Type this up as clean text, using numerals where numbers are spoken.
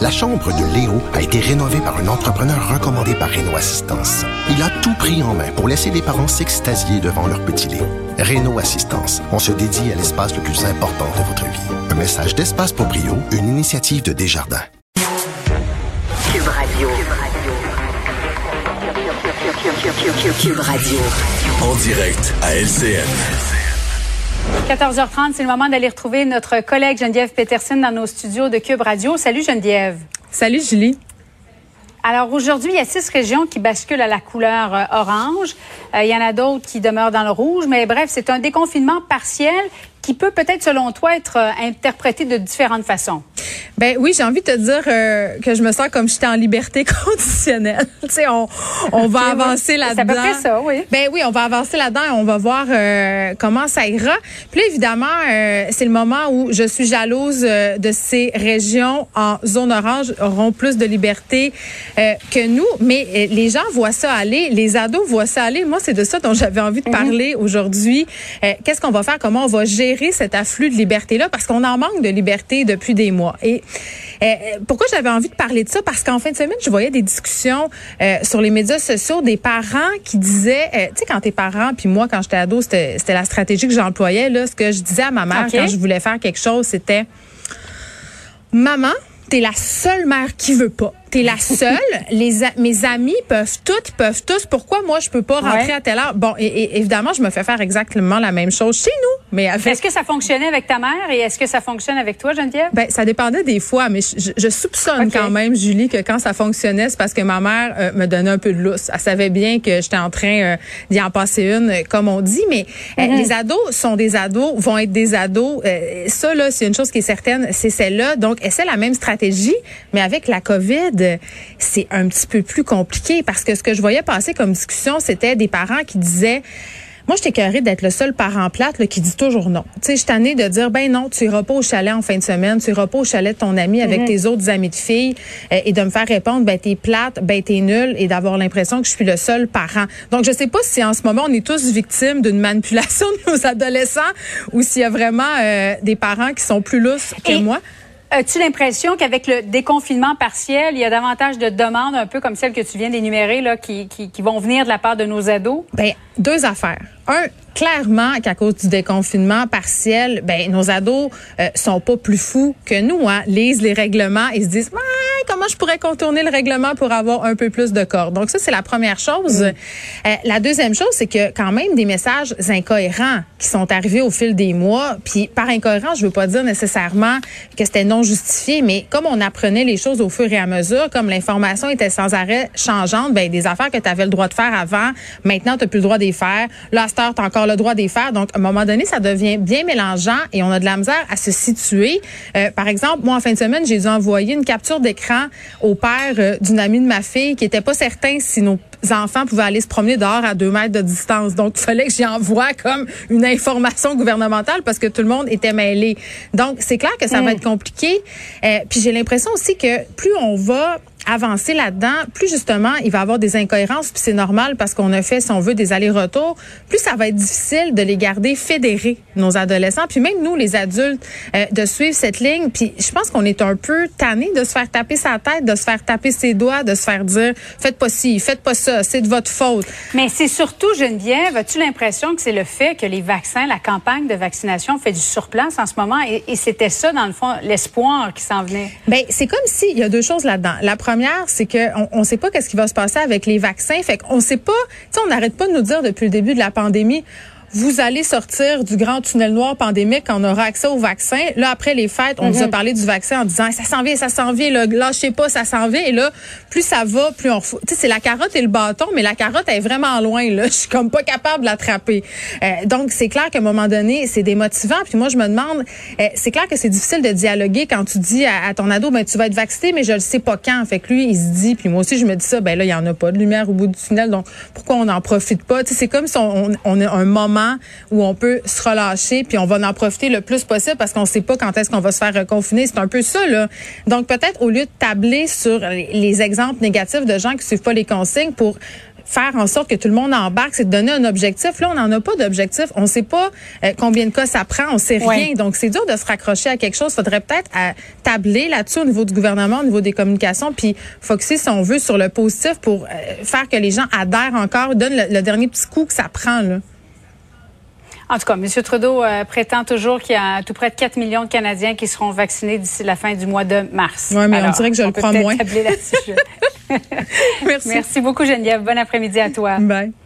La chambre de Léo a été rénovée par un entrepreneur recommandé par Réno Assistance. Il a tout pris en main pour laisser les parents s'extasier devant leur petit Léo. Réno Assistance, on se dédie à l'espace le plus important de votre vie. Un message d'Espace pour Brio, une initiative de Desjardins. Cube Radio. Cube Radio. En direct à LCN. 14h30, c'est le moment d'aller retrouver notre collègue Geneviève Peterson dans nos studios de Cube Radio. Salut Geneviève. Salut Julie. Alors aujourd'hui, il y a 6 régions qui basculent à la couleur orange. Il y en a d'autres qui demeurent dans le rouge. Mais bref, c'est un déconfinement partiel qui peut peut-être, selon toi, être interprété de différentes façons. Ben oui, j'ai envie de te dire que je me sens comme j'étais en liberté conditionnelle. Tu sais, on va avancer là-dedans. C'est à peu près ça, oui. Ben oui, on va avancer là-dedans et on va voir comment ça ira. Puis là, évidemment, c'est le moment où je suis jalouse de ces régions en zone orange auront plus de liberté que nous. Mais les gens voient ça aller, les ados voient ça aller. Moi, c'est de ça dont j'avais envie de parler aujourd'hui. Qu'est-ce qu'on va faire? Comment on va gérer cet afflux de liberté-là? Parce qu'on en manque de liberté depuis des mois. Et pourquoi j'avais envie de parler de ça? Parce qu'en fin de semaine, je voyais des discussions sur les médias sociaux des parents qui disaient, tu sais, quand t'es parent, puis moi, quand j'étais ado, c'était la stratégie que j'employais, là, ce que je disais à ma mère quand je voulais faire quelque chose, c'était maman, t'es la seule mère qui veut pas. T'es la seule. Mes amis peuvent tous. Pourquoi moi je peux pas rentrer à telle heure? Bon, et évidemment, je me fais faire exactement la même chose chez nous. Mais avec... Est-ce que ça fonctionnait avec ta mère et est-ce que ça fonctionne avec toi, Geneviève? Ben, ça dépendait des fois, mais je soupçonne quand même, Julie, que quand ça fonctionnait, c'est parce que ma mère me donnait un peu de lousse. Elle savait bien que j'étais en train d'y en passer une, comme on dit, mais les ados sont des ados, vont être des ados. Ça, là, c'est une chose qui est certaine, c'est celle-là. Donc, c'est la même stratégie, mais avec la COVID, c'est un petit peu plus compliqué parce que ce que je voyais passer comme discussion, c'était des parents qui disaient... Moi, j'étais écœurée d'être le seul parent plate là, qui dit toujours non. Tu sais, je suis tannée de dire, ben non, tu iras pas au chalet en fin de semaine, tu iras pas au chalet de ton ami avec tes autres amis de filles et de me faire répondre, ben t'es plate, ben t'es nulle et d'avoir l'impression que je suis le seul parent. Donc, je sais pas si en ce moment, on est tous victimes d'une manipulation de nos adolescents ou s'il y a vraiment des parents qui sont plus lousses que moi. As-tu l'impression qu'avec le déconfinement partiel, il y a davantage de demandes, un peu comme celles que tu viens d'énumérer, là, qui vont venir de la part de nos ados? Ben, 2 affaires. Clairement qu'à cause du déconfinement partiel, ben nos ados sont pas plus fous que nous, hein. Lisent les règlements et se disent comment je pourrais contourner le règlement pour avoir un peu plus de corps. Donc ça, c'est la première chose. La deuxième chose, c'est que quand même des messages incohérents qui sont arrivés au fil des mois. Puis par incohérent, je veux pas dire nécessairement que c'était non justifié, mais comme on apprenait les choses au fur et à mesure, comme l'information était sans arrêt changeante, ben des affaires que tu avais le droit de faire avant, maintenant tu n'as plus le droit de les faire. Là, à cette heure, tu as encore le droit de les faire. Donc, à un moment donné, ça devient bien mélangeant et on a de la misère à se situer. Par exemple, moi, en fin de semaine, j'ai dû envoyer une capture d'écran au père d'une amie de ma fille qui était pas certain si nos enfants pouvaient aller se promener dehors à 2 mètres de distance. Donc, il fallait que j'y envoie comme une information gouvernementale parce que tout le monde était mêlé. Donc, c'est clair que ça va être compliqué. Puis j'ai l'impression aussi que plus on va avancer là-dedans, plus justement, il va y avoir des incohérences, puis c'est normal parce qu'on a fait, si on veut, des allers-retours, plus ça va être difficile de les garder fédérés, nos adolescents, puis même nous, les adultes, de suivre cette ligne. Puis je pense qu'on est un peu tannés de se faire taper sa tête, de se faire taper ses doigts, de se faire dire « faites pas ci, faites pas ça, c'est de votre faute ». Mais c'est surtout, Geneviève, as-tu l'impression que c'est le fait que les vaccins, la campagne de vaccination fait du surplace en ce moment et c'était ça, dans le fond, l'espoir qui s'en venait? Ben c'est comme si, il y a 2 choses là-dedans. La première, c'est que on sait pas qu'est-ce qui va se passer avec les vaccins. Fait qu'on sait pas, tu sais, on n'arrête pas de nous dire depuis le début de la pandémie, vous allez sortir du grand tunnel noir pandémique quand on aura accès au vaccin. Là, après les fêtes, on nous a parlé du vaccin en disant ça s'en vient, là, lâchez pas, ça s'en vient. Et là, plus ça va, plus on... Tu sais, c'est la carotte et le bâton, mais la carotte elle est vraiment loin, là. Je suis comme pas capable de l'attraper. Donc, c'est clair qu'à un moment donné, c'est démotivant. Puis moi, je me demande, c'est clair que c'est difficile de dialoguer quand tu dis à ton ado, ben tu vas être vacciné, mais je le sais pas quand. Fait que lui, il se dit, puis moi aussi, je me dis ça, ben là, il y en a pas de lumière au bout du tunnel, donc pourquoi on n'en profite pas? Tu sais, c'est comme si on a un moment où on peut se relâcher puis on va en profiter le plus possible parce qu'on sait pas quand est-ce qu'on va se faire reconfiner. C'est un peu ça, là. Donc, peut-être, au lieu de tabler sur les exemples négatifs de gens qui suivent pas les consignes pour faire en sorte que tout le monde embarque, c'est de donner un objectif. Là, on n'en a pas d'objectif. On ne sait pas combien de cas ça prend. On sait rien. Donc, c'est dur de se raccrocher à quelque chose. Il faudrait peut-être tabler là-dessus au niveau du gouvernement, au niveau des communications, puis focuser, si on veut, sur le positif pour faire que les gens adhèrent encore, donnent le dernier petit coup que ça prend, là. En tout cas, M. Trudeau prétend toujours qu'il y a tout près de 4 millions de Canadiens qui seront vaccinés d'ici la fin du mois de mars. Oui, mais alors, on dirait que je le crois moins. Merci beaucoup, Geneviève. Bon après-midi à toi. Bye.